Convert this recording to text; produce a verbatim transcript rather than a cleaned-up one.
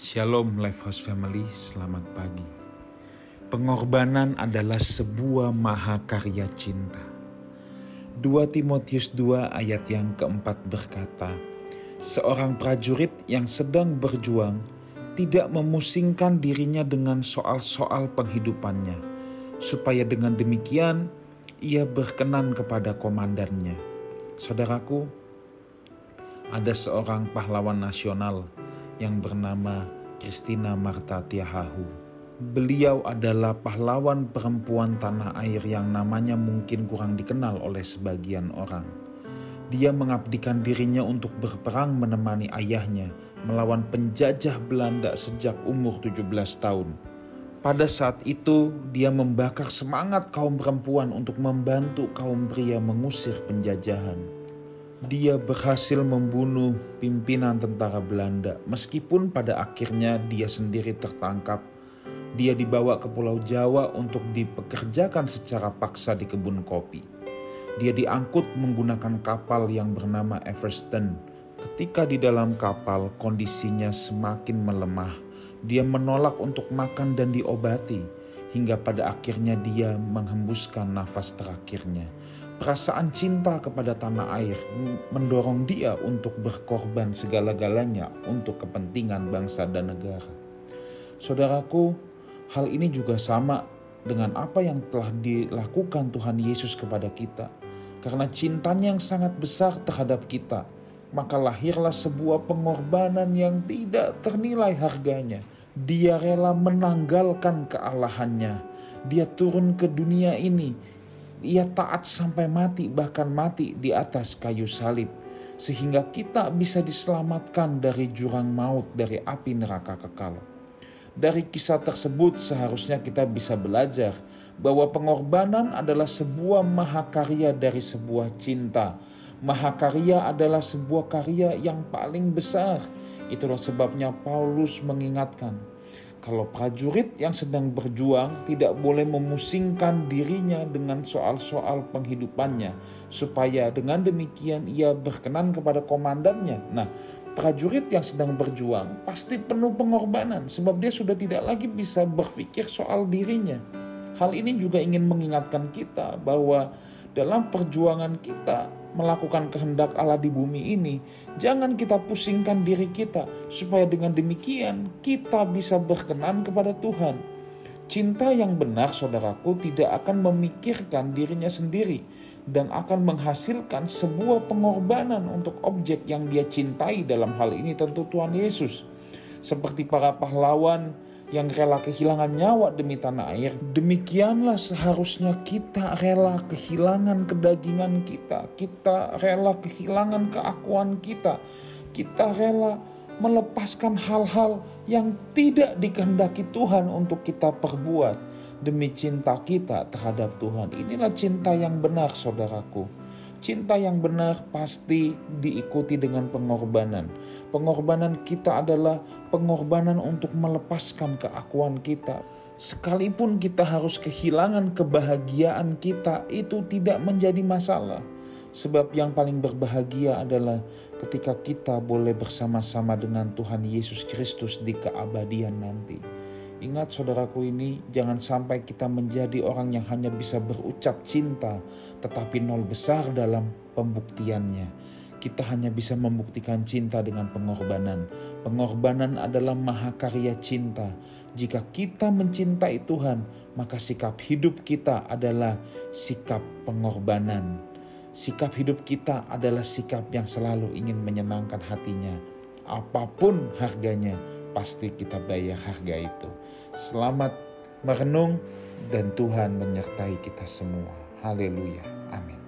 Shalom Lifehouse Family, selamat pagi. Pengorbanan adalah sebuah mahakarya cinta. dua Timotius dua ayat yang keempat berkata, seorang prajurit yang sedang berjuang tidak memusingkan dirinya dengan soal-soal penghidupannya, supaya dengan demikian ia berkenan kepada komandannya. Saudaraku, ada seorang pahlawan nasional yang bernama Christina Marta Tiahahu. Beliau adalah pahlawan perempuan tanah air yang namanya mungkin kurang dikenal oleh sebagian orang. Dia mengabdikan dirinya untuk berperang menemani ayahnya melawan penjajah Belanda sejak umur tujuh belas tahun. Pada saat itu, dia membakar semangat kaum perempuan untuk membantu kaum pria mengusir penjajahan. Dia berhasil membunuh pimpinan tentara Belanda, meskipun pada akhirnya dia sendiri tertangkap. Dia dibawa ke Pulau Jawa untuk dipekerjakan secara paksa di kebun kopi. Dia diangkut menggunakan kapal yang bernama Everston. Ketika di dalam kapal, kondisinya semakin melemah. Dia menolak untuk makan dan diobati, hingga pada akhirnya dia menghembuskan nafas terakhirnya. Perasaan cinta kepada tanah air mendorong dia untuk berkorban segala-galanya untuk kepentingan bangsa dan negara. Saudaraku, hal ini juga sama dengan apa yang telah dilakukan Tuhan Yesus kepada kita. Karena cintanya yang sangat besar terhadap kita, maka lahirlah sebuah pengorbanan yang tidak ternilai harganya. Dia rela menanggalkan kealahannya. Dia turun ke dunia ini. Ia taat sampai mati, bahkan mati di atas kayu salib, sehingga kita bisa diselamatkan dari jurang maut, dari api neraka kekal. Dari kisah tersebut seharusnya kita bisa belajar bahwa pengorbanan adalah sebuah mahakarya dari sebuah cinta. Mahakarya adalah sebuah karya yang paling besar. Itulah sebabnya Paulus mengingatkan, kalau prajurit yang sedang berjuang tidak boleh memusingkan dirinya dengan soal-soal penghidupannya, supaya dengan demikian ia berkenan kepada komandannya. Nah, prajurit yang sedang berjuang pasti penuh pengorbanan, sebab dia sudah tidak lagi bisa berpikir soal dirinya. Hal ini juga ingin mengingatkan kita bahwa dalam perjuangan kita melakukan kehendak Allah di bumi ini, jangan kita pusingkan diri kita, supaya dengan demikian kita bisa berkenan kepada Tuhan. Cinta yang benar, saudaraku, tidak akan memikirkan dirinya sendiri dan akan menghasilkan sebuah pengorbanan untuk objek yang dia cintai, dalam hal ini tentu Tuhan Yesus. Seperti para pahlawan yang rela kehilangan nyawa demi tanah air, demikianlah seharusnya kita rela kehilangan kedagingan kita, kita rela kehilangan keakuan kita, kita rela melepaskan hal-hal yang tidak dikehendaki Tuhan untuk kita perbuat demi cinta kita terhadap Tuhan. Inilah cinta yang benar, saudaraku. Cinta yang benar pasti diikuti dengan pengorbanan. Pengorbanan kita adalah pengorbanan untuk melepaskan keakuan kita. Sekalipun kita harus kehilangan kebahagiaan kita, itu tidak menjadi masalah. Sebab yang paling berbahagia adalah ketika kita boleh bersama-sama dengan Tuhan Yesus Kristus di keabadian nanti. Ingat saudaraku, ini jangan sampai kita menjadi orang yang hanya bisa berucap cinta tetapi nol besar dalam pembuktiannya. Kita hanya bisa membuktikan cinta dengan pengorbanan. Pengorbanan adalah mahakarya cinta. Jika kita mencintai Tuhan, maka sikap hidup kita adalah sikap pengorbanan. Sikap hidup kita adalah sikap yang selalu ingin menyenangkan hatinya. Apapun harganya, pasti kita bayar harga itu. Selamat merenung dan Tuhan menyertai kita semua. Haleluya. Amin.